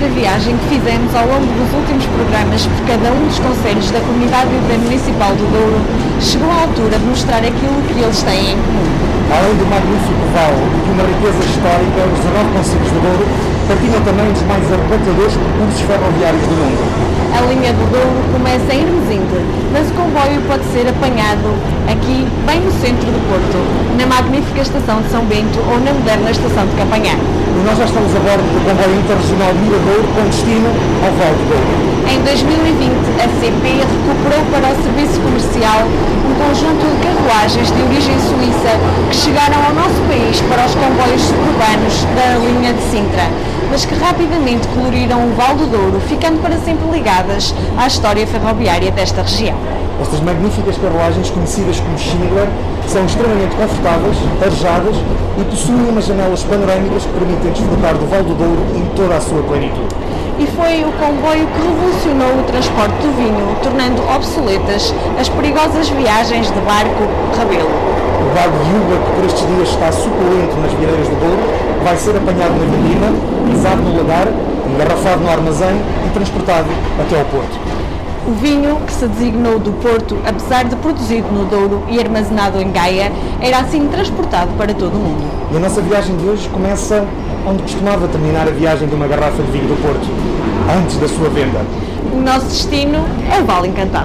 outra viagem que fizemos ao longo dos últimos programas por cada um dos concelhos da Comunidade Municipal do Douro, chegou à altura de mostrar aquilo que eles têm em comum. Além do magnífico vale e de uma riqueza histórica, os 19 concelhos do Douro partilham também dos mais arrebatadores percursos ferroviários do mundo. A linha do Douro começa em Hermesinde, mas o comboio pode ser apanhado aqui, bem no centro do Porto, na magnífica estação de São Bento ou na moderna estação de Campanhã. E nós já estamos a bordo do comboio interregional Mira-Douro com destino ao Vale do Douro. Em 2020, a CP recuperou para o serviço comercial um conjunto de carruagens de origem suíça que chegaram ao nosso país para os comboios suburbanos da linha de Sintra, mas que rapidamente coloriram o Vale do Douro, ficando para sempre ligadas à história ferroviária desta região. Estas magníficas carruagens, conhecidas como Schindler, são extremamente confortáveis, arejadas e possuem umas janelas panorâmicas que permitem desfrutar do Vale do Douro em toda a sua plenitude. E foi o comboio que revolucionou o transporte do vinho, tornando obsoletas as perigosas viagens de barco-rabelo. O bago de uva, que por estes dias está suculento nas vieiras do Douro, vai ser apanhado na vindima, pisado no lagar, engarrafado no armazém e transportado até ao Porto. O vinho, que se designou do Porto, apesar de produzido no Douro e armazenado em Gaia, era assim transportado para todo o mundo. E a nossa viagem de hoje começa onde costumava terminar a viagem de uma garrafa de vinho do Porto, antes da sua venda. O nosso destino é o Vale Encantado.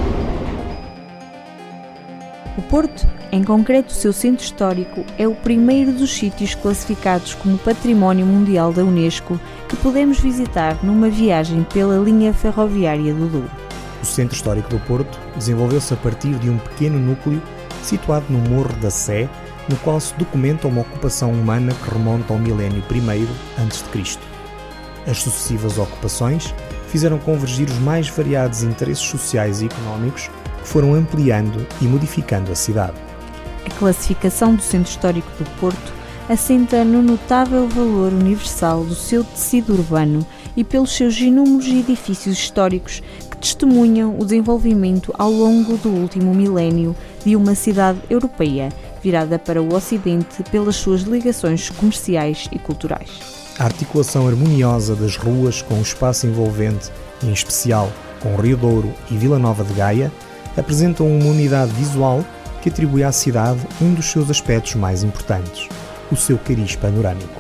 O Porto, em concreto o seu centro histórico, é o primeiro dos sítios classificados como Património Mundial da Unesco que podemos visitar numa viagem pela linha ferroviária do Douro. O centro histórico do Porto desenvolveu-se a partir de um pequeno núcleo situado no Morro da Sé, no qual se documenta uma ocupação humana que remonta ao milénio I a.C. As sucessivas ocupações fizeram convergir os mais variados interesses sociais e económicos que foram ampliando e modificando a cidade. A classificação do centro histórico do Porto assenta no notável valor universal do seu tecido urbano e pelos seus inúmeros edifícios históricos que testemunham o desenvolvimento ao longo do último milénio de uma cidade europeia virada para o Ocidente pelas suas ligações comerciais e culturais. A articulação harmoniosa das ruas com o espaço envolvente, em especial com o Rio Douro e Vila Nova de Gaia, apresentam uma unidade visual que atribui à cidade um dos seus aspectos mais importantes, o seu cariz panorâmico.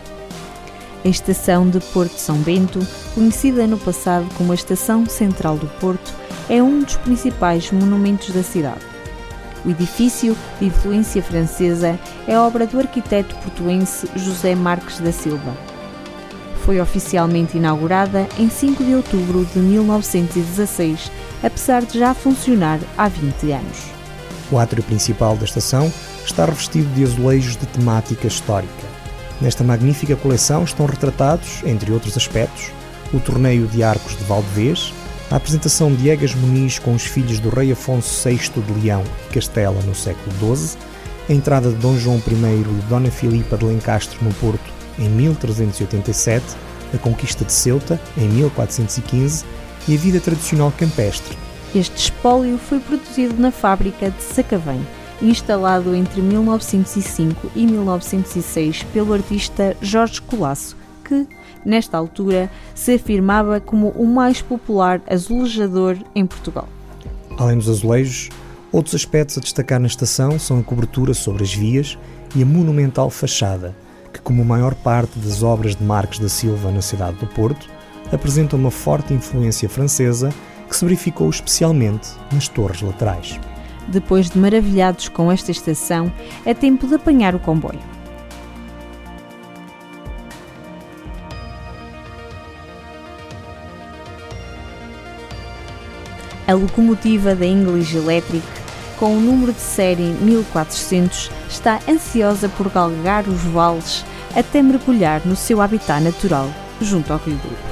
A estação de Porto de São Bento, conhecida no passado como a Estação Central do Porto, é um dos principais monumentos da cidade. O edifício, de influência francesa, é obra do arquiteto portuense José Marques da Silva. Foi oficialmente inaugurada em 5 de outubro de 1916, apesar de já funcionar há 20 anos. O átrio principal da estação está revestido de azulejos de temática histórica. Nesta magnífica coleção estão retratados, entre outros aspectos, o torneio de arcos de Valdevez, a apresentação de Egas Muniz com os filhos do rei Afonso VI de Leão e Castela no século XII, a entrada de Dom João I e de Dona Filipa de Lencastre no Porto em 1387, a conquista de Ceuta em 1415 e a vida tradicional campestre. Este espólio foi produzido na fábrica de Sacavém, instalado entre 1905 e 1906 pelo artista Jorge Colasso, que, nesta altura, se afirmava como o mais popular azulejador em Portugal. Além dos azulejos, outros aspectos a destacar na estação são a cobertura sobre as vias e a monumental fachada, que, como a maior parte das obras de Marques da Silva na cidade do Porto, apresenta uma forte influência francesa que se verificou especialmente nas torres laterais. Depois de maravilhados com esta estação, é tempo de apanhar o comboio. A locomotiva da English Electric, com o número de série 1400, está ansiosa por galgar os vales até mergulhar no seu habitat natural, junto ao Rio Douro.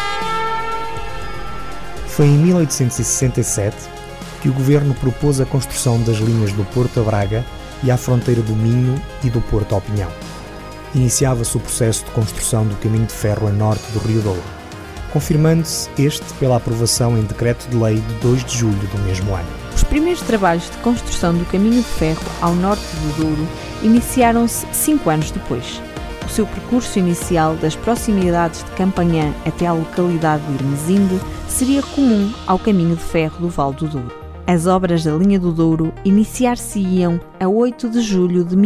Foi em 1867 que o governo propôs a construção das linhas do Porto a Braga e à fronteira do Minho e do Porto ao Pinhão. Iniciava-se o processo de construção do caminho de ferro a norte do Rio Douro, confirmando-se este pela aprovação em decreto de lei de 2 de julho do mesmo ano. Os primeiros trabalhos de construção do caminho de ferro ao norte do Douro iniciaram-se 5 anos depois. O seu percurso inicial das proximidades de Campanhã até à localidade de Irmesinde seria comum ao caminho de ferro do Val do Douro. As obras da linha do Douro iniciar-se-iam a 8 de julho de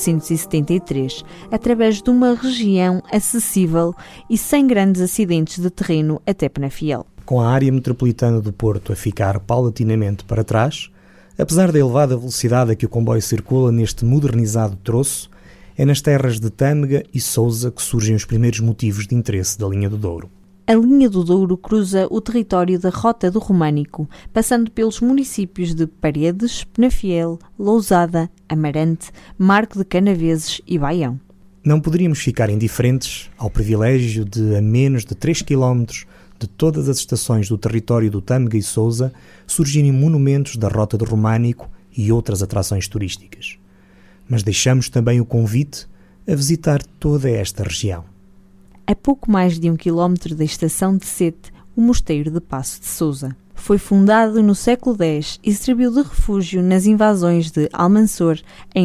1873, através de uma região acessível e sem grandes acidentes de terreno até Penafiel. Com a área metropolitana do Porto a ficar paulatinamente para trás, apesar da elevada velocidade a que o comboio circula neste modernizado troço, é nas terras de Tâmega e Sousa que surgem os primeiros motivos de interesse da linha do Douro. A linha do Douro cruza o território da Rota do Românico, passando pelos municípios de Paredes, Penafiel, Lousada, Amarante, Marco de Canaveses e Baião. Não poderíamos ficar indiferentes ao privilégio de, a menos de 3 km de todas as estações do território do Tâmega e Sousa, surgirem monumentos da Rota do Românico e outras atrações turísticas. Mas deixamos também o convite a visitar toda esta região. A pouco mais de 1 quilómetro da estação de Sete, o Mosteiro de Paço de Sousa. Foi fundado no século X e serviu de refúgio nas invasões de Almansor em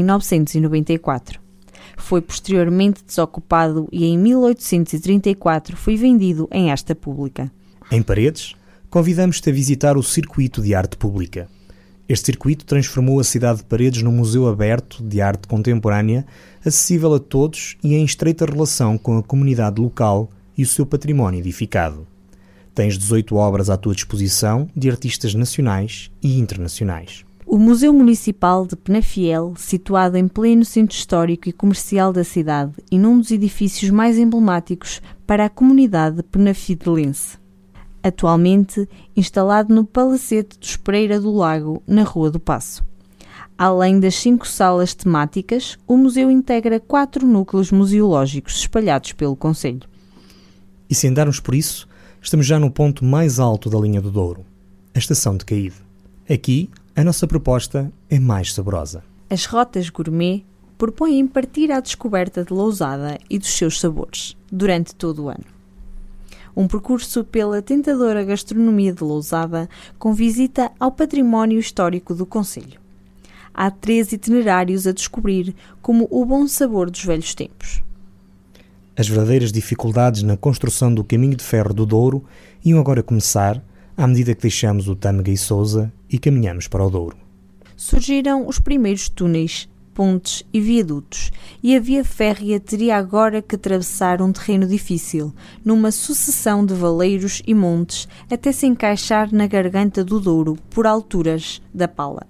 994. Foi posteriormente desocupado e em 1834 foi vendido em asta pública. Em Paredes, convidamos-te a visitar o Circuito de Arte Pública. Este circuito transformou a cidade de Paredes num museu aberto de arte contemporânea, acessível a todos e em estreita relação com a comunidade local e o seu património edificado. Tens 18 obras à tua disposição de artistas nacionais e internacionais. O Museu Municipal de Penafiel, situado em pleno centro histórico e comercial da cidade e num dos edifícios mais emblemáticos para a comunidade penafidelense. Atualmente instalado no Palacete dos Pereira do Lago, na Rua do Paço. Além das 5 salas temáticas, o museu integra 4 núcleos museológicos espalhados pelo concelho. E se andarmos por isso, estamos já no ponto mais alto da linha do Douro, a Estação de Caíde. Aqui, a nossa proposta é mais saborosa. As rotas gourmet propõem partir à descoberta de Lousada e dos seus sabores, durante todo o ano. Um percurso pela tentadora gastronomia de Lousada com visita ao património histórico do concelho. Há 3 itinerários a descobrir, como o bom sabor dos velhos tempos. As verdadeiras dificuldades na construção do caminho de ferro do Douro iam agora começar à medida que deixamos o Tâmega e Sousa e caminhamos para o Douro. Surgiram os primeiros túneis, pontes e viadutos, e a via férrea teria agora que atravessar um terreno difícil, numa sucessão de valeiros e montes, até se encaixar na garganta do Douro, por alturas da Pala.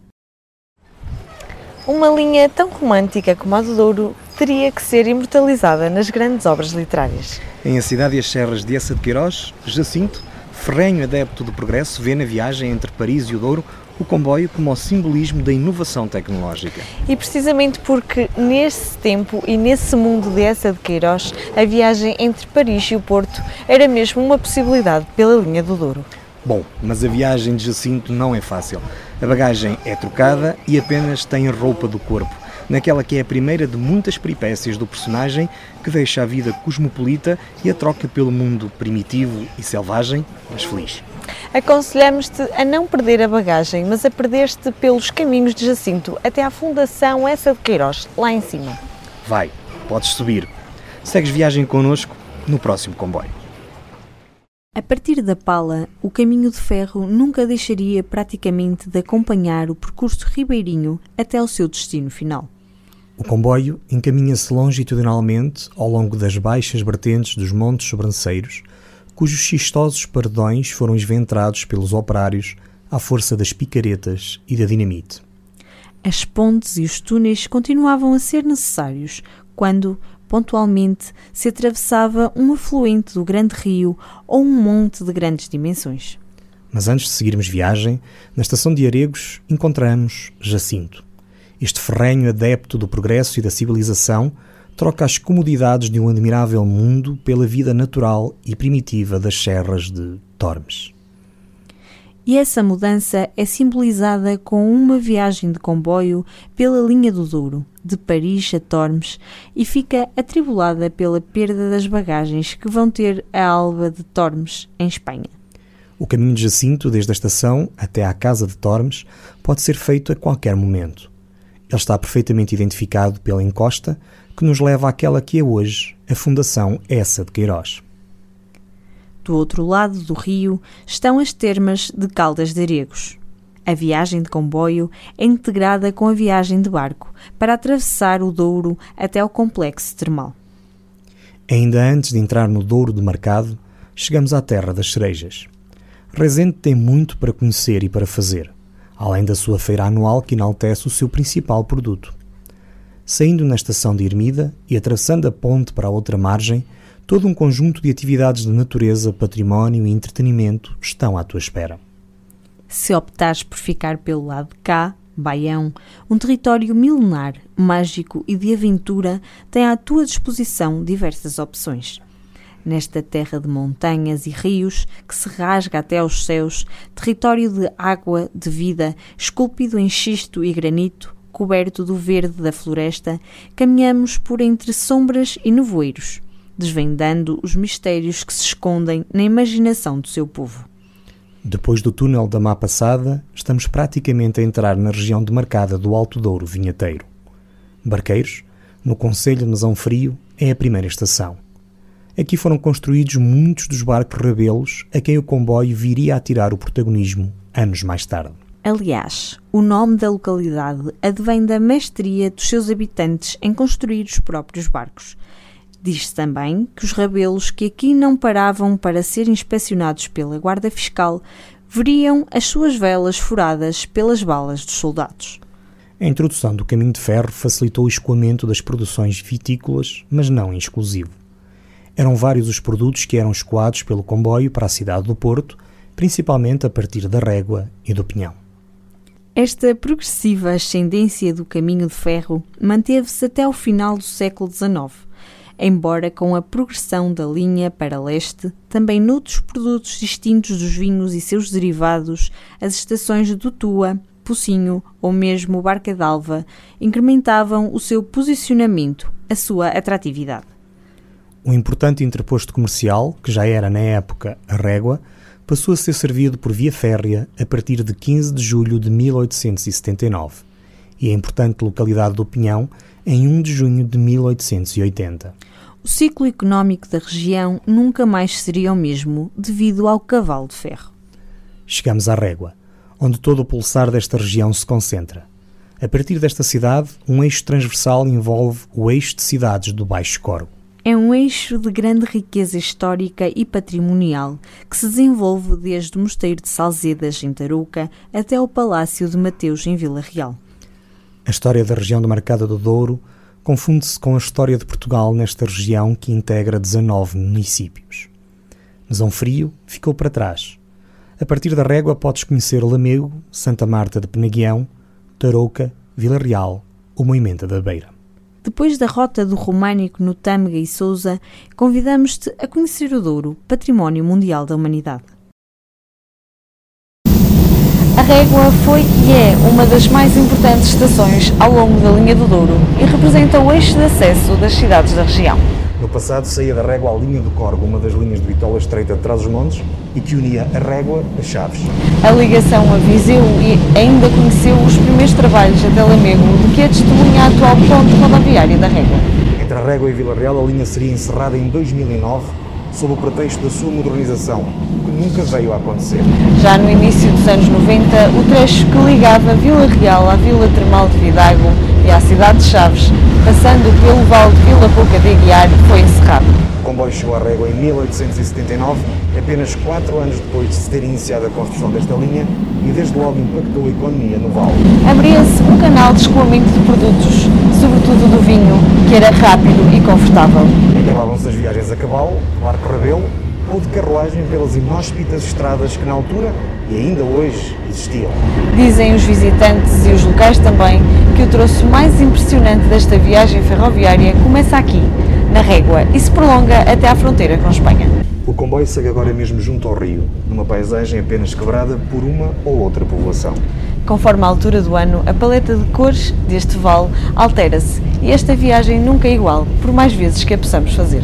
Uma linha tão romântica como a do Douro teria que ser imortalizada nas grandes obras literárias. Em A Cidade e as Serras de Eça de Queiroz, Jacinto, ferrenho adepto do progresso, vê na viagem entre Paris e o Douro o comboio como o simbolismo da inovação tecnológica. E precisamente porque nesse tempo e nesse mundo de Eça de Queiroz, a viagem entre Paris e o Porto era mesmo uma possibilidade pela linha do Douro. Bom, mas a viagem de Jacinto não é fácil. A bagagem é trocada e apenas tem a roupa do corpo, naquela que é a primeira de muitas peripécias do personagem que deixa a vida cosmopolita e a troca pelo mundo primitivo e selvagem, mas feliz. Aconselhamos-te a não perder a bagagem, mas a perder-te pelos caminhos de Jacinto até à Fundação Eça de Queiroz, lá em cima. Vai, podes subir. Segues viagem connosco no próximo comboio. A partir da Pala, o caminho de ferro nunca deixaria praticamente de acompanhar o percurso ribeirinho até ao seu destino final. O comboio encaminha-se longitudinalmente ao longo das baixas vertentes dos Montes Sobranceiros, cujos xistosos paredões foram esventrados pelos operários à força das picaretas e da dinamite. As pontes e os túneis continuavam a ser necessários quando, pontualmente, se atravessava um afluente do grande rio ou um monte de grandes dimensões. Mas antes de seguirmos viagem, na estação de Aregos encontramos Jacinto. Este ferrenho adepto do progresso e da civilização troca as comodidades de um admirável mundo pela vida natural e primitiva das serras de Tormes. E essa mudança é simbolizada com uma viagem de comboio pela linha do Douro, de Paris a Tormes, e fica atribulada pela perda das bagagens que vão ter a Alba de Tormes, em Espanha. O caminho de Jacinto, desde a estação até à casa de Tormes, pode ser feito a qualquer momento. Ele está perfeitamente identificado pela encosta, que nos leva àquela que é hoje a Fundação Essa de Queiroz. Do outro lado do rio estão as termas de Caldas de Aregos. A viagem de comboio é integrada com a viagem de barco para atravessar o Douro até ao complexo termal. Ainda antes de entrar no Douro de Marcado, chegamos à terra das cerejas. Rezende tem muito para conhecer e para fazer, além da sua feira anual que enaltece o seu principal produto. Saindo na estação de Ermida e atravessando a ponte para a outra margem, todo um conjunto de atividades de natureza, património e entretenimento estão à tua espera. Se optares por ficar pelo lado de cá, Baião, um território milenar, mágico e de aventura, tem à tua disposição diversas opções. Nesta terra de montanhas e rios, que se rasga até aos céus, território de água, de vida, esculpido em xisto e granito, coberto do verde da floresta, caminhamos por entre sombras e nevoeiros, desvendando os mistérios que se escondem na imaginação do seu povo. Depois do túnel da Má Passada, estamos praticamente a entrar na região demarcada do Alto Douro Vinheteiro. Barqueiros, no concelho de Mesão Frio, é a primeira estação. Aqui foram construídos muitos dos barcos rabelos a quem o comboio viria a tirar o protagonismo anos mais tarde. Aliás, o nome da localidade advém da mestria dos seus habitantes em construir os próprios barcos. Diz-se também que os rabelos que aqui não paravam para serem inspecionados pela Guarda Fiscal veriam as suas velas furadas pelas balas dos soldados. A introdução do caminho de ferro facilitou o escoamento das produções vitícolas, mas não em exclusivo. Eram vários os produtos que eram escoados pelo comboio para a cidade do Porto, principalmente a partir da Régua e do Pinhão. Esta progressiva ascendência do caminho de ferro manteve-se até ao final do século XIX, embora com a progressão da linha para leste, também noutros produtos distintos dos vinhos e seus derivados, as estações do Tua, Pocinho ou mesmo Barca d'Alva incrementavam o seu posicionamento, a sua atratividade. O importante interposto comercial, que já era na época a Régua, passou a ser servido por via férrea a partir de 15 de julho de 1879 e a importante localidade do Pinhão em 1 de junho de 1880. O ciclo económico da região nunca mais seria o mesmo devido ao cavalo de ferro. Chegamos à Régua, onde todo o pulsar desta região se concentra. A partir desta cidade, um eixo transversal envolve o eixo de cidades do Baixo Corgo. É um eixo de grande riqueza histórica e patrimonial que se desenvolve desde o Mosteiro de Salzedas, em Tarouca, até o Palácio de Mateus, em Vila Real. A história da região demarcada do Douro confunde-se com a história de Portugal nesta região que integra 19 municípios. Mesão Frio ficou para trás. A partir da Régua podes conhecer Lamego, Santa Marta de Penaguião, Tarouca, Vila Real ou Moimenta da Beira. Depois da rota do Românico no Tâmega e Sousa, convidamos-te a conhecer o Douro, Património Mundial da Humanidade. A Régua foi e é uma das mais importantes estações ao longo da linha do Douro e representa o eixo de acesso das cidades da região. No passado saía da Régua a linha do Corgo, uma das linhas de Bitola estreita de Trás-os-Montes e que unia a Régua a Chaves. A ligação a Viseu ainda conheceu os primeiros trabalhos até Lamego, do que é testemunha a atual ponte rodoviária da Régua. Entre a Régua e Vila Real, a linha seria encerrada em 2009, sob o pretexto da sua modernização, que nunca veio a acontecer. Já no início dos anos 90, o trecho que ligava Vila Real à Vila Termal de Vidago e à cidade de Chaves, passando pelo Vale de Vila Pouca de Aguiar, foi encerrado. O comboio chegou à Régua em 1879, apenas 4 anos depois de se ter iniciado a construção desta linha, e desde logo impactou a economia no Vale. Abria-se um canal de escoamento de produtos, sobretudo do vinho, que era rápido e confortável. Acabavam-se as viagens a cavalo, barco rabelo ou de carruagem pelas inóspitas estradas que na altura e ainda hoje existiam. Dizem os visitantes e os locais também que o troço mais impressionante desta viagem ferroviária começa aqui, na Régua, e se prolonga até à fronteira com Espanha. O comboio segue agora mesmo junto ao rio, numa paisagem apenas quebrada por uma ou outra povoação. Conforme a altura do ano, a paleta de cores deste vale altera-se e esta viagem nunca é igual, por mais vezes que a possamos fazer.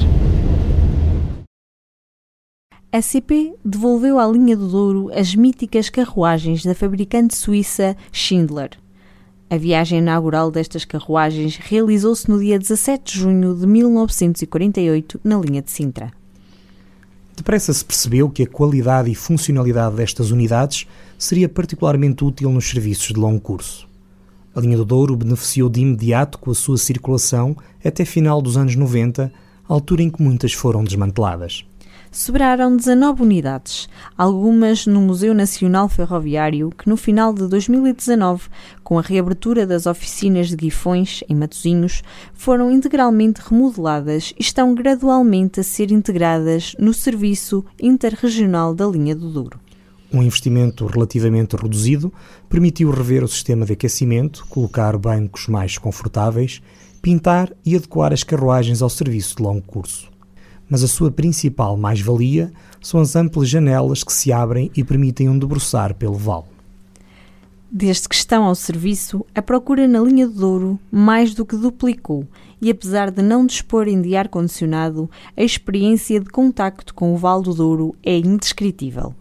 A CP devolveu à linha do Douro as míticas carruagens da fabricante suíça Schindler. A viagem inaugural destas carruagens realizou-se no dia 17 de junho de 1948, na linha de Sintra. Depressa se percebeu que a qualidade e funcionalidade destas unidades seria particularmente útil nos serviços de longo curso. A linha do Douro beneficiou de imediato com a sua circulação até final dos anos 90, altura em que muitas foram desmanteladas. Sobraram 19 unidades, algumas no Museu Nacional Ferroviário, que no final de 2019, com a reabertura das oficinas de Guifões, em Matosinhos, foram integralmente remodeladas e estão gradualmente a ser integradas no serviço interregional da linha do Douro. Um investimento relativamente reduzido permitiu rever o sistema de aquecimento, colocar bancos mais confortáveis, pintar e adequar as carruagens ao serviço de longo curso. Mas a sua principal mais-valia são as amplas janelas que se abrem e permitem um debruçar pelo vale. Desde que estão ao serviço, a procura na linha do Douro mais do que duplicou e, apesar de não disporem de ar-condicionado, a experiência de contacto com o Vale do Douro é indescritível.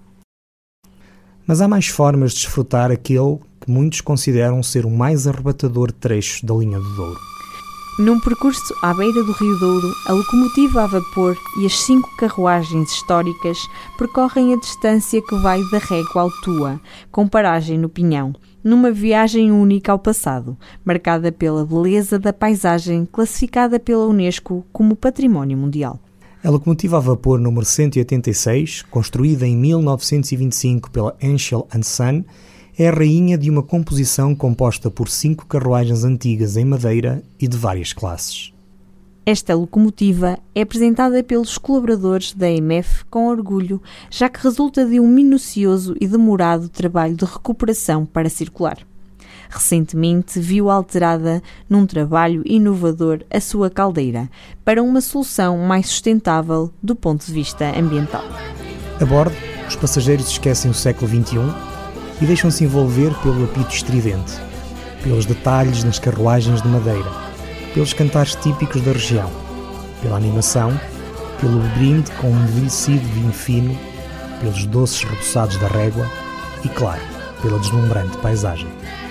Mas há mais formas de desfrutar aquele que muitos consideram ser o mais arrebatador trecho da linha do Douro. Num percurso à beira do Rio Douro, a locomotiva a vapor e as 5 carruagens históricas percorrem a distância que vai da Régua ao Tua, com paragem no Pinhão, numa viagem única ao passado, marcada pela beleza da paisagem classificada pela Unesco como Património Mundial. A locomotiva a vapor número 186, construída em 1925 pela Henschel & Son, é a rainha de uma composição composta por 5 carruagens antigas em madeira e de várias classes. Esta locomotiva é apresentada pelos colaboradores da EMF com orgulho, já que resulta de um minucioso e demorado trabalho de recuperação para circular. Recentemente viu alterada, num trabalho inovador, a sua caldeira, para uma solução mais sustentável do ponto de vista ambiental. A bordo, os passageiros esquecem o século XXI e deixam-se envolver pelo apito estridente, pelos detalhes nas carruagens de madeira, pelos cantares típicos da região, pela animação, pelo brinde com um envelhecido vinho fino, pelos doces reboçados da régua e, claro, pela deslumbrante paisagem.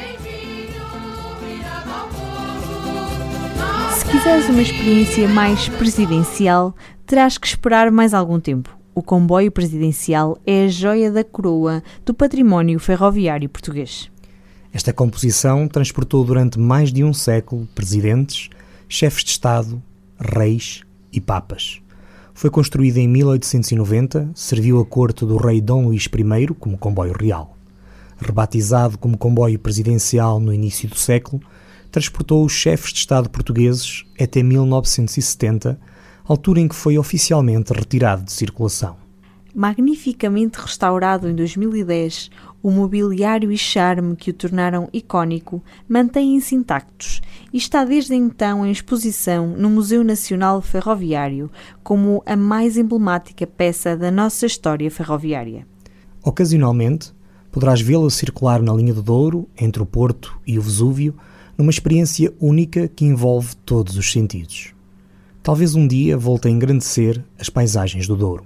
Se quiseres uma experiência mais presidencial, terás que esperar mais algum tempo. O comboio presidencial é a joia da coroa do património ferroviário português. Esta composição transportou durante mais de um século presidentes, chefes de Estado, reis e papas. Foi construída em 1890, serviu a corte do rei Dom Luís I como comboio real. Rebatizado como comboio presidencial no início do século, transportou os chefes de Estado portugueses até 1970, altura em que foi oficialmente retirado de circulação. Magnificamente restaurado em 2010, o mobiliário e charme que o tornaram icónico mantêm-se intactos e está desde então em exposição no Museu Nacional Ferroviário como a mais emblemática peça da nossa história ferroviária. Ocasionalmente, poderás vê-lo circular na linha do Douro, entre o Porto e o Vesúvio, numa experiência única que envolve todos os sentidos. Talvez um dia volte a engrandecer as paisagens do Douro.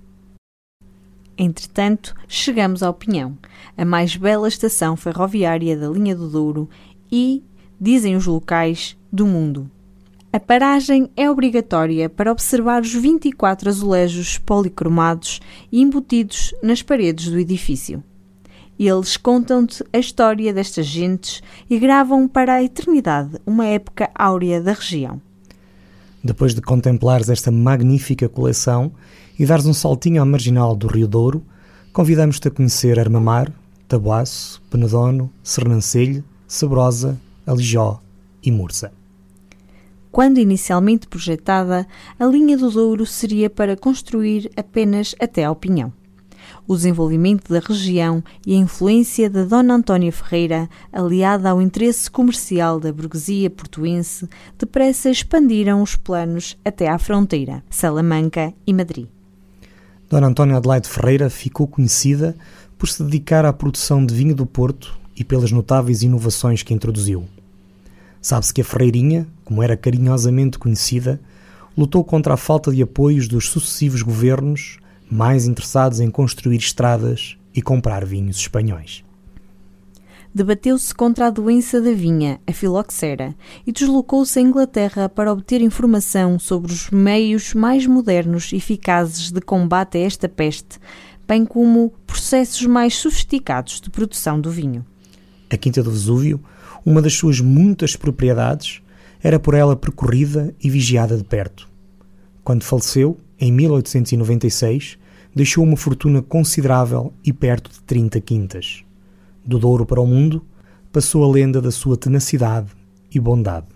Entretanto, chegamos ao Pinhão, a mais bela estação ferroviária da linha do Douro e, dizem os locais, do mundo. A paragem é obrigatória para observar os 24 azulejos policromados e embutidos nas paredes do edifício. Eles contam-te a história destas gentes e gravam para a eternidade uma época áurea da região. Depois de contemplares esta magnífica coleção e dares um saltinho à marginal do Rio Douro, convidamos-te a conhecer Armamar, Tabuaço, Penedono, Sernancelho, Sabrosa, Alijó e Mursa. Quando inicialmente projetada, a linha do Douro seria para construir apenas até ao Pinhão. O desenvolvimento da região e a influência da Dona Antónia Ferreira, aliada ao interesse comercial da burguesia portuense, depressa expandiram os planos até à fronteira, Salamanca e Madrid. Dona Antónia Adelaide Ferreira ficou conhecida por se dedicar à produção de vinho do Porto e pelas notáveis inovações que introduziu. Sabe-se que a Ferreirinha, como era carinhosamente conhecida, lutou contra a falta de apoios dos sucessivos governos, mais interessados em construir estradas e comprar vinhos espanhóis. debateu-se contra a doença da vinha, a filoxera, e deslocou-se à Inglaterra para obter informação sobre os meios mais modernos e eficazes de combate a esta peste, bem como processos mais sofisticados de produção do vinho. A Quinta do Vesúvio, uma das suas muitas propriedades, era por ela percorrida e vigiada de perto. Quando faleceu, em 1896, deixou uma fortuna considerável e perto de 30 quintas. Do Douro para o mundo, passou a lenda da sua tenacidade e bondade.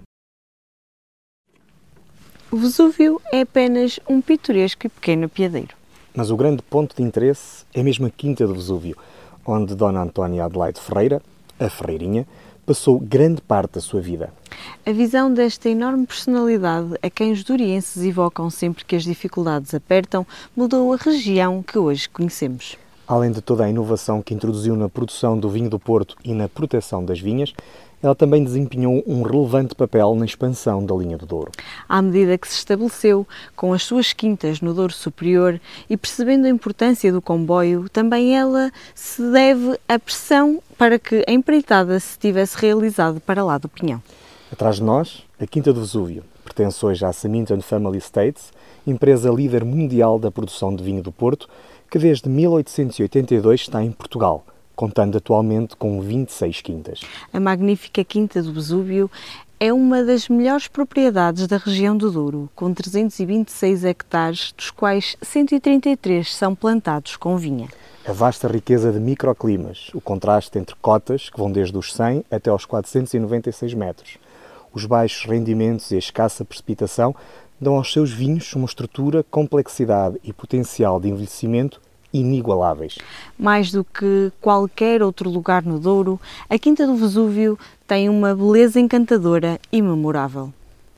O Vesúvio é apenas um pitoresco e pequeno piadeiro. Mas o grande ponto de interesse é mesmo a Quinta do Vesúvio, onde Dona Antónia Adelaide Ferreira, a Ferreirinha, passou grande parte da sua vida. A visão desta enorme personalidade, a quem os dourienses evocam sempre que as dificuldades apertam, mudou a região que hoje conhecemos. Além de toda a inovação que introduziu na produção do vinho do Porto e na proteção das vinhas, ela também desempenhou um relevante papel na expansão da linha do Douro. À medida que se estabeleceu com as suas quintas no Douro Superior e percebendo a importância do comboio, também ela se deve à pressão para que a empreitada se tivesse realizado para lá do Pinhão. Atrás de nós, a Quinta do Vesúvio pertence hoje à Symington Family Estates, empresa líder mundial da produção de vinho do Porto, que desde 1882 está em Portugal, contando atualmente com 26 quintas. A magnífica Quinta do Vesúvio é uma das melhores propriedades da região do Douro, com 326 hectares, dos quais 133 são plantados com vinha. A vasta riqueza de microclimas, o contraste entre cotas, que vão desde os 100 até aos 496 metros, os baixos rendimentos e a escassa precipitação dão aos seus vinhos uma estrutura, complexidade e potencial de envelhecimento inigualáveis. Mais do que qualquer outro lugar no Douro, a Quinta do Vesúvio tem uma beleza encantadora e memorável.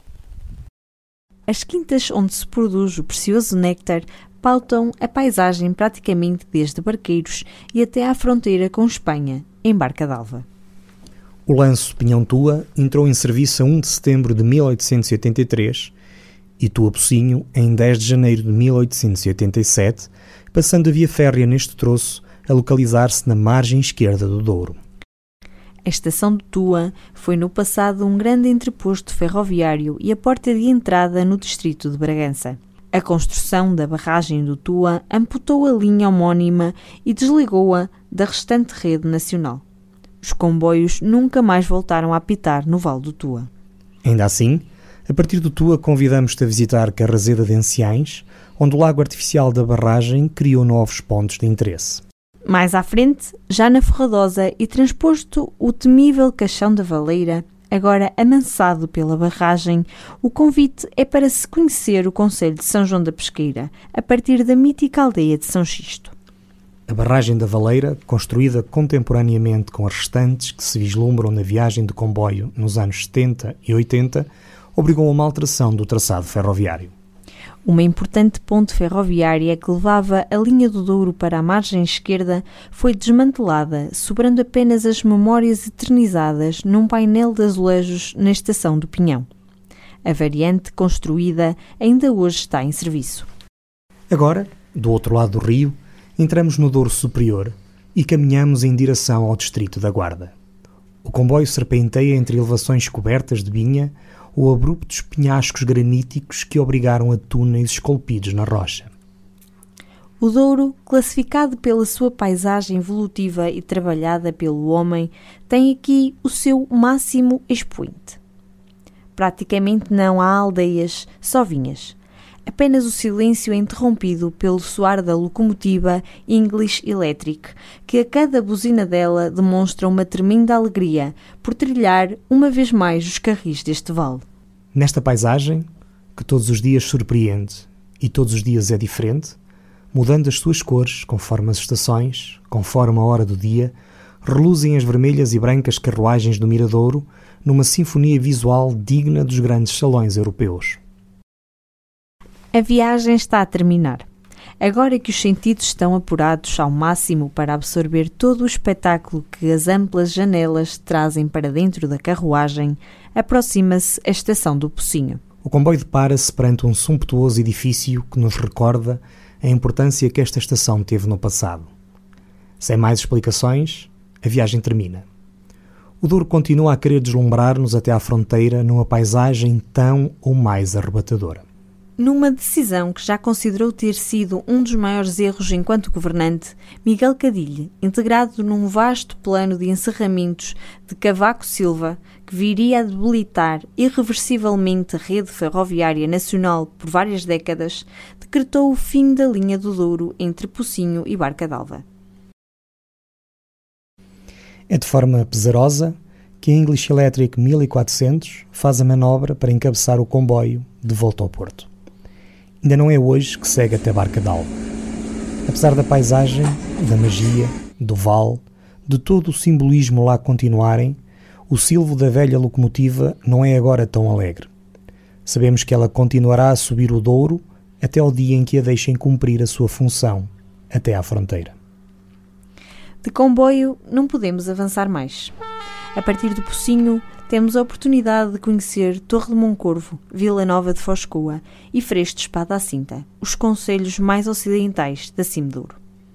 As quintas onde se produz o precioso néctar pautam a paisagem praticamente desde Barqueiros e até à fronteira com Espanha, em Barca d'Alva. O lanço Pinhão-Tua entrou em serviço a 1 de setembro de 1883 e Tua-Pocinho em 10 de janeiro de 1887, passando a via férrea neste troço a localizar-se na margem esquerda do Douro. A estação de Tua foi no passado um grande entreposto ferroviário e a porta de entrada no distrito de Bragança. A construção da barragem do Tua amputou a linha homónima e desligou-a da restante rede nacional. Os comboios nunca mais voltaram a apitar no Vale do Tua. Ainda assim, a partir do Tua convidamos-te a visitar Carrazeda de Anciães, onde o lago artificial da barragem criou novos pontos de interesse. Mais à frente, já na Ferradosa e transposto o temível Caixão da Valeira, agora amansado pela barragem, o convite é para se conhecer o concelho de São João da Pesqueira, a partir da mítica aldeia de São Xisto. A barragem da Valeira, construída contemporaneamente com as restantes que se vislumbram na viagem de comboio nos anos 70 e 80, obrigou a uma alteração do traçado ferroviário. Uma importante ponte ferroviária que levava a linha do Douro para a margem esquerda foi desmantelada, sobrando apenas as memórias eternizadas num painel de azulejos na estação do Pinhão. A variante construída ainda hoje está em serviço. Agora, do outro lado do rio, entramos no Douro Superior e caminhamos em direção ao distrito da Guarda. O comboio serpenteia entre elevações cobertas de vinha ou abruptos penhascos graníticos que obrigaram a túneis esculpidos na rocha. O Douro, classificado pela sua paisagem evolutiva e trabalhada pelo homem, tem aqui o seu máximo expoente. Praticamente não há aldeias, só vinhas. Apenas o silêncio é interrompido pelo soar da locomotiva English Electric, que a cada buzina dela demonstra uma tremenda alegria por trilhar uma vez mais os carris deste vale. Nesta paisagem, que todos os dias surpreende e todos os dias é diferente, mudando as suas cores conforme as estações, conforme a hora do dia, reluzem as vermelhas e brancas carruagens do Miradouro numa sinfonia visual digna dos grandes salões europeus. A viagem está a terminar. Agora que os sentidos estão apurados ao máximo para absorver todo o espetáculo que as amplas janelas trazem para dentro da carruagem, aproxima-se a estação do Pocinho. O comboio depara-se perante um sumptuoso edifício que nos recorda a importância que esta estação teve no passado. Sem mais explicações, a viagem termina. O Douro continua a querer deslumbrar-nos até à fronteira numa paisagem tão ou mais arrebatadora. Numa decisão que já considerou ter sido um dos maiores erros enquanto governante, Miguel Cadilho, integrado num vasto plano de encerramentos de Cavaco Silva, que viria a debilitar irreversivelmente a rede ferroviária nacional por várias décadas, decretou o fim da linha do Douro entre Pocinho e Barca d'Alva. É de forma pesarosa que a English Electric 1400 faz a manobra para encabeçar o comboio de volta ao Porto. Ainda não é hoje que segue até Barca d'Alva. Apesar da paisagem, da magia, do vale, de todo o simbolismo lá continuarem, o silvo da velha locomotiva não é agora tão alegre. Sabemos que ela continuará a subir o Douro até ao dia em que a deixem cumprir a sua função, até à fronteira. De comboio não podemos avançar mais. A partir do Pocinho, temos a oportunidade de conhecer Torre de Moncorvo, Vila Nova de Foscoa e Freixo de Espada à Cinta, os concelhos mais ocidentais da Cime Douro.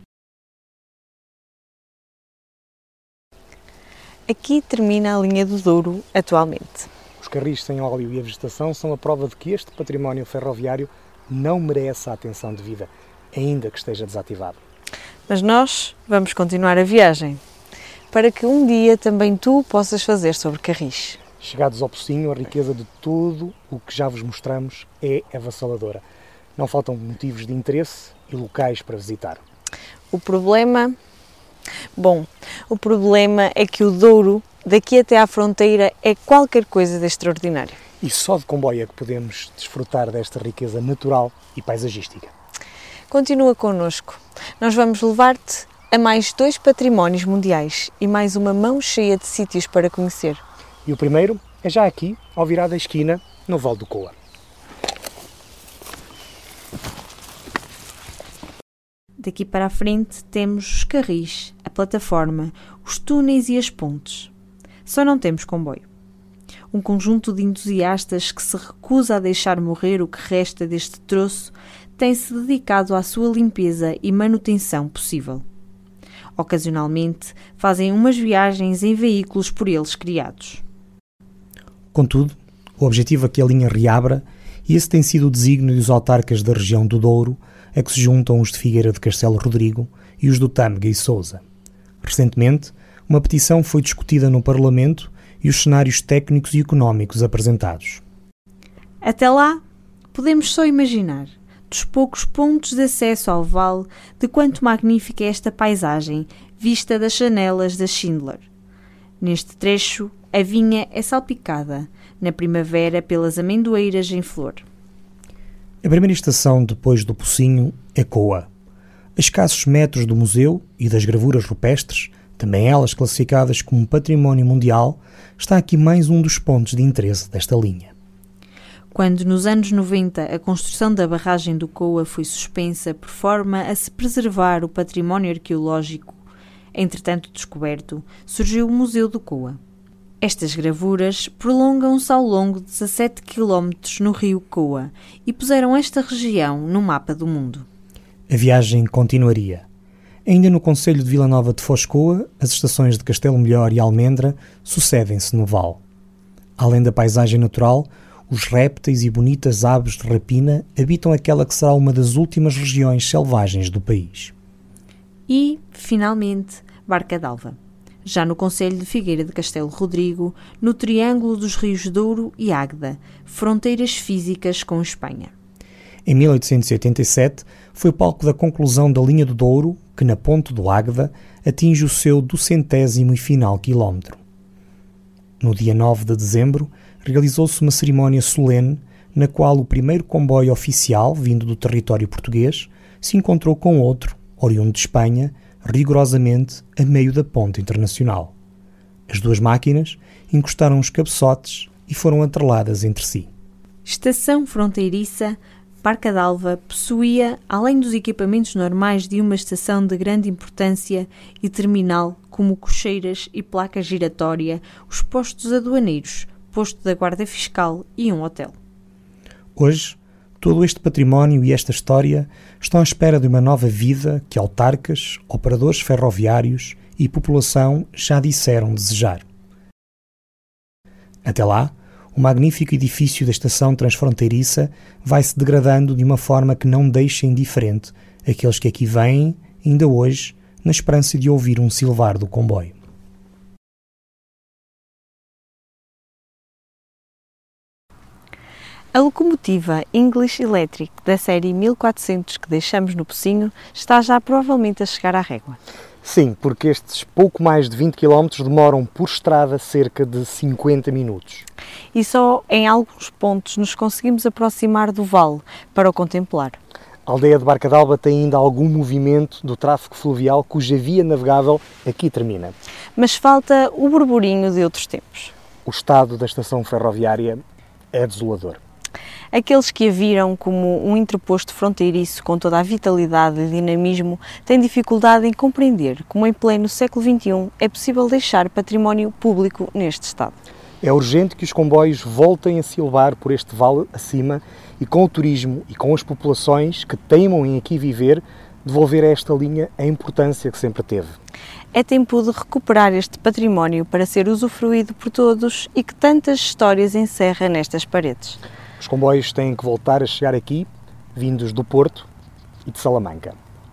Aqui termina a linha do Douro atualmente. Os carris sem óleo e a vegetação são a prova de que este património ferroviário não merece a atenção devida, ainda que esteja desativado. Mas nós vamos continuar a viagem, para que um dia também tu possas fazer sobre carris. Chegados ao Pocinho, a riqueza de tudo o que já vos mostramos é avassaladora. Não faltam motivos de interesse e locais para visitar. O problema é que o Douro, daqui até à fronteira, é qualquer coisa de extraordinário. E só de comboio é que podemos desfrutar desta riqueza natural e paisagística. Continua connosco. Nós vamos levar-te a mais 2 patrimónios mundiais e mais uma mão cheia de sítios para conhecer. E o primeiro é já aqui, ao virar da esquina, no Vale do Coa. Daqui para a frente temos os carris, a plataforma, os túneis e as pontes. Só não temos comboio. Um conjunto de entusiastas que se recusa a deixar morrer o que resta deste troço tem-se dedicado à sua limpeza e manutenção possível. Ocasionalmente, fazem umas viagens em veículos por eles criados. Contudo, o objetivo é que a linha reabra e esse tem sido o desígnio dos autarcas da região do Douro, a que se juntam os de Figueira de Castelo Rodrigo e os do Tâmega e Sousa. Recentemente, uma petição foi discutida no Parlamento e os cenários técnicos e económicos apresentados. Até lá, podemos só imaginar, dos poucos pontos de acesso ao vale, de quanto magnífica é esta paisagem, vista das janelas da Schindler. Neste trecho, a vinha é salpicada, na primavera, pelas amendoeiras em flor. A primeira estação depois do Pocinho é Coa. A escassos metros do museu e das gravuras rupestres, também elas classificadas como património mundial, está aqui mais um dos pontos de interesse desta linha. Quando, nos anos 90, a construção da barragem do Coa foi suspensa por forma a se preservar o património arqueológico, entretanto descoberto, surgiu o Museu do Coa. Estas gravuras prolongam-se ao longo de 17 km no rio Coa e puseram esta região no mapa do mundo. A viagem continuaria. Ainda no concelho de Vila Nova de Foscoa, as estações de Castelo Melhor e Almendra sucedem-se no vale. Além da paisagem natural, os répteis e bonitas aves de rapina habitam aquela que será uma das últimas regiões selvagens do país. E, finalmente, Barca d'Alva, já no concelho de Figueira de Castelo Rodrigo, no triângulo dos rios Douro e Águeda, fronteiras físicas com Espanha. Em 1887, foi palco da conclusão da linha do Douro, que na ponte do Águeda atinge o seu 200º e final quilómetro. No dia 9 de dezembro, realizou-se uma cerimónia solene na qual o primeiro comboio oficial, vindo do território português, se encontrou com outro, oriundo de Espanha, rigorosamente a meio da ponte internacional. As duas máquinas encostaram os cabeçotes e foram atreladas entre si. Estação fronteiriça, Barca d'Alva possuía, além dos equipamentos normais de uma estação de grande importância e terminal, como cocheiras e placa giratória, os postos aduaneiros, posto da Guarda Fiscal e um hotel. Hoje, todo este património e esta história estão à espera de uma nova vida que autarcas, operadores ferroviários e população já disseram desejar. Até lá, o magnífico edifício da estação transfronteiriça vai-se degradando de uma forma que não deixa indiferente aqueles que aqui vêm, ainda hoje, na esperança de ouvir um silvar do comboio. A locomotiva English Electric da série 1400 que deixamos no Pocinho está já provavelmente a chegar à régua. Sim, porque estes pouco mais de 20 km demoram por estrada cerca de 50 minutos. E só em alguns pontos nos conseguimos aproximar do vale para o contemplar. A aldeia de Barca d'Alba tem ainda algum movimento do tráfego fluvial cuja via navegável aqui termina. Mas falta o burburinho de outros tempos. O estado da estação ferroviária é desolador. Aqueles que a viram como um interposto fronteiriço com toda a vitalidade e dinamismo têm dificuldade em compreender como em pleno século XXI é possível deixar património público neste estado. É urgente que os comboios voltem a silvar por este vale acima e com o turismo e com as populações que teimam em aqui viver, devolver a esta linha a importância que sempre teve. É tempo de recuperar este património para ser usufruído por todos e que tantas histórias encerra nestas paredes. Os comboios têm que voltar a chegar aqui, vindos do Porto e de Salamanca.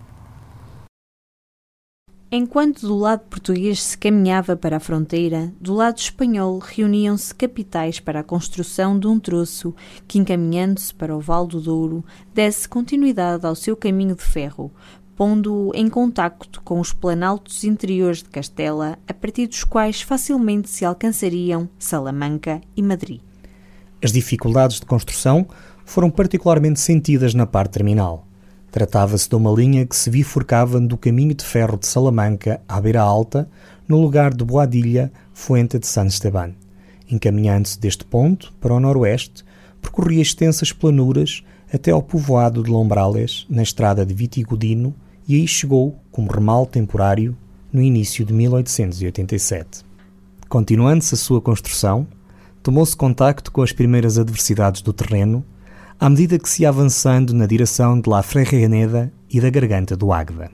Enquanto do lado português se caminhava para a fronteira, do lado espanhol reuniam-se capitais para a construção de um troço que, encaminhando-se para o Vale do Douro, desse continuidade ao seu caminho de ferro, pondo-o em contacto com os planaltos interiores de Castela, a partir dos quais facilmente se alcançariam Salamanca e Madrid. As dificuldades de construção foram particularmente sentidas na parte terminal. Tratava-se de uma linha que se bifurcava do caminho de ferro de Salamanca à Beira Alta, no lugar de Boadilla, Fuente de San Esteban. Encaminhando-se deste ponto para o noroeste, percorria extensas planuras até ao povoado de Lombrales, na estrada de Vitigudino, e aí chegou, como ramal temporário, no início de 1887. Continuando-se a sua construção, tomou-se contacto com as primeiras adversidades do terreno, à medida que se ia avançando na direção de La Freireneda e da Garganta do Águeda.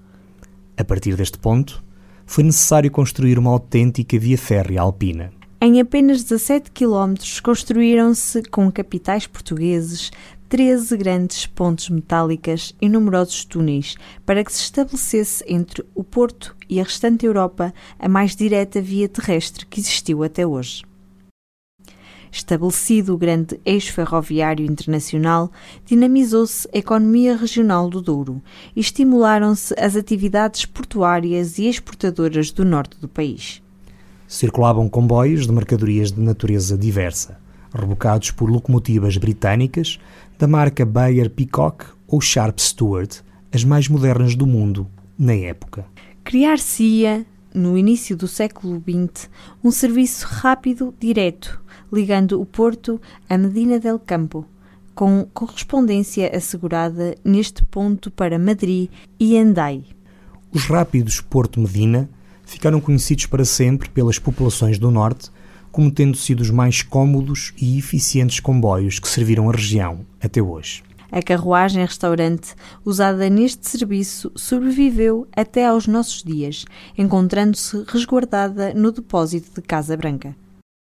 A partir deste ponto, foi necessário construir uma autêntica via férrea alpina. Em apenas 17 km construíram-se, com capitais portugueses, 13 grandes pontes metálicas e numerosos túneis para que se estabelecesse entre o Porto e a restante Europa a mais direta via terrestre que existiu até hoje. Estabelecido o grande eixo ferroviário internacional, dinamizou-se a economia regional do Douro e estimularam-se as atividades portuárias e exportadoras do norte do país. Circulavam comboios de mercadorias de natureza diversa, rebocados por locomotivas britânicas da marca Bayer Peacock ou Sharp Stewart, as mais modernas do mundo na época. Criar-se-ia, no início do século XX, um serviço rápido, direto, ligando o Porto a Medina del Campo, com correspondência assegurada neste ponto para Madrid e Andai. Os rápidos Porto-Medina ficaram conhecidos para sempre pelas populações do norte como tendo sido os mais cômodos e eficientes comboios que serviram a região até hoje. A carruagem-restaurante usada neste serviço sobreviveu até aos nossos dias, encontrando-se resguardada no depósito de Casa Branca.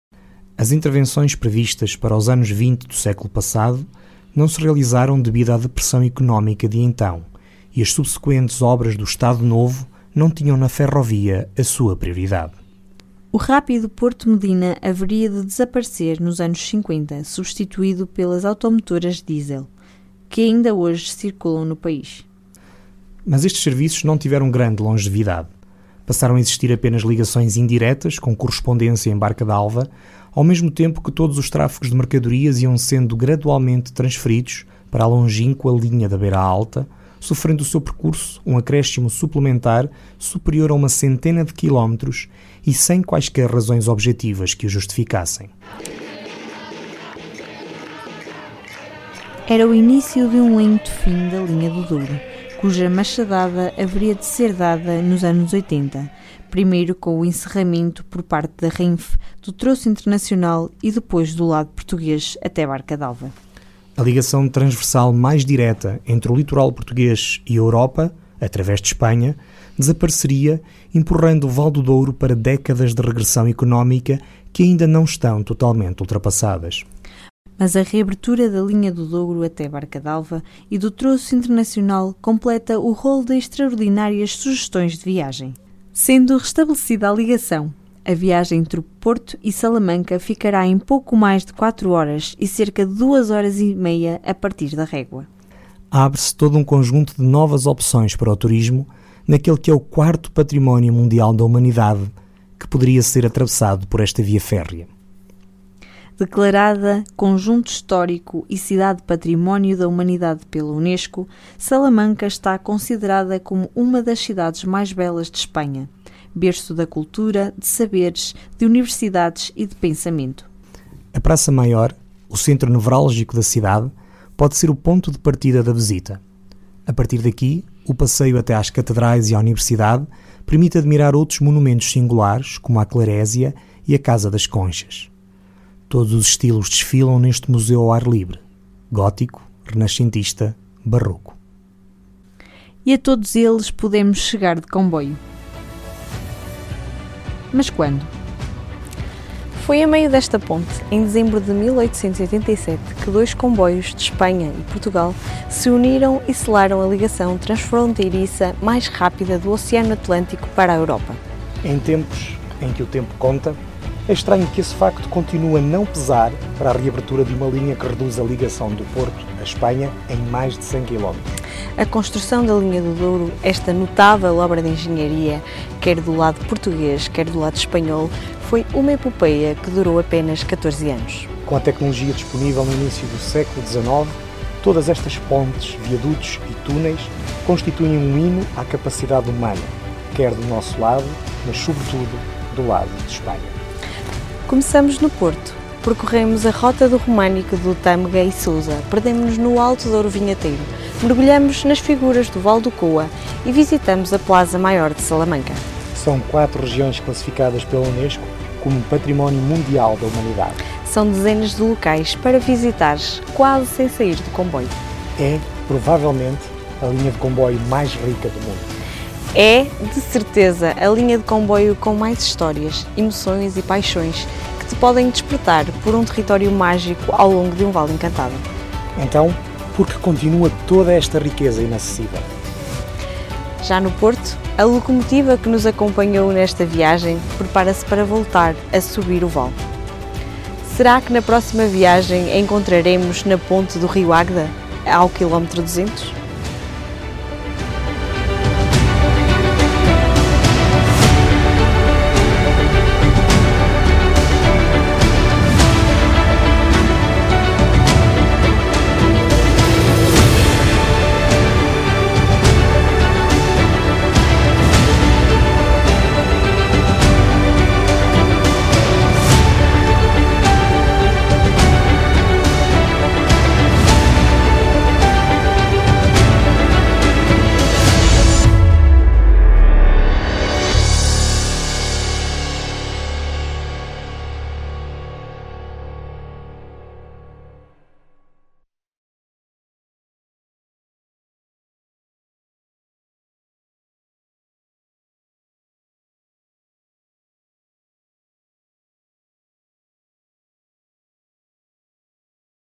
As intervenções previstas para os anos 20 do século passado não se realizaram devido à depressão económica de então, e as subsequentes obras do Estado Novo não tinham na ferrovia a sua prioridade. O rápido Porto Medina haveria de desaparecer nos anos 50, substituído pelas automotoras diesel, que ainda hoje circulam no país. Mas estes serviços não tiveram grande longevidade. Passaram a existir apenas ligações indiretas com correspondência em Barca d'Alva, ao mesmo tempo que todos os tráfegos de mercadorias iam sendo gradualmente transferidos para a longínqua linha da Beira Alta, sofrendo o seu percurso um acréscimo suplementar superior a uma centena de quilómetros e sem quaisquer razões objetivas que o justificassem. Era o início de um lento fim da linha do Douro, cuja machadada haveria de ser dada nos anos 80, primeiro com o encerramento por parte da Renfe do troço internacional e depois do lado português até Barca d'Alva. A ligação transversal mais direta entre o litoral português e a Europa, através de Espanha, desapareceria, empurrando o Val do Douro para décadas de regressão económica que ainda não estão totalmente ultrapassadas. Mas a reabertura da linha do Douro até Barca d'Alva e do troço internacional completa o rol de extraordinárias sugestões de viagem. Sendo restabelecida a ligação, a viagem entre o Porto e Salamanca ficará em pouco mais de 4 horas e cerca de 2 horas e meia a partir da régua. Abre-se todo um conjunto de novas opções para o turismo naquele que é o 4º património mundial da humanidade que poderia ser atravessado por esta via férrea. Declarada Conjunto Histórico e Cidade Património da Humanidade pela Unesco, Salamanca está considerada como uma das cidades mais belas de Espanha, berço da cultura, de saberes, de universidades e de pensamento. A Praça Maior, o centro nevrálgico da cidade, pode ser o ponto de partida da visita. A partir daqui, o passeio até às catedrais e à universidade permite admirar outros monumentos singulares, como a Clarésia e a Casa das Conchas. Todos os estilos desfilam neste museu ao ar livre: gótico, renascentista, barroco. E a todos eles podemos chegar de comboio. Mas quando? Foi a meio desta ponte, em dezembro de 1887, que 2 comboios de Espanha e Portugal se uniram e selaram a ligação transfronteiriça mais rápida do Oceano Atlântico para a Europa. Em tempos em que o tempo conta, é estranho que esse facto continue a não pesar para a reabertura de uma linha que reduz a ligação do Porto à Espanha em mais de 100 km. A construção da linha do Douro, esta notável obra de engenharia, quer do lado português, quer do lado espanhol, foi uma epopeia que durou apenas 14 anos. Com a tecnologia disponível no início do século XIX, todas estas pontes, viadutos e túneis constituem um hino à capacidade humana, quer do nosso lado, mas sobretudo do lado de Espanha. Começamos no Porto, percorremos a rota do Românico do Tâmega e Sousa, perdemos-nos no Alto Douro Vinheteiro, mergulhamos nas figuras do Val do Coa e visitamos a Plaza Maior de Salamanca. São 4 regiões classificadas pela Unesco como Património Mundial da Humanidade. São dezenas de locais para visitares quase sem sair do comboio. É, provavelmente, a linha de comboio mais rica do mundo. É, de certeza, a linha de comboio com mais histórias, emoções e paixões que te podem despertar por um território mágico ao longo de um vale encantado. Então, por que continua toda esta riqueza inacessível? Já no Porto, a locomotiva que nos acompanhou nesta viagem prepara-se para voltar a subir o vale. Será que na próxima viagem encontraremos na ponte do Rio Águeda, ao quilómetro 200?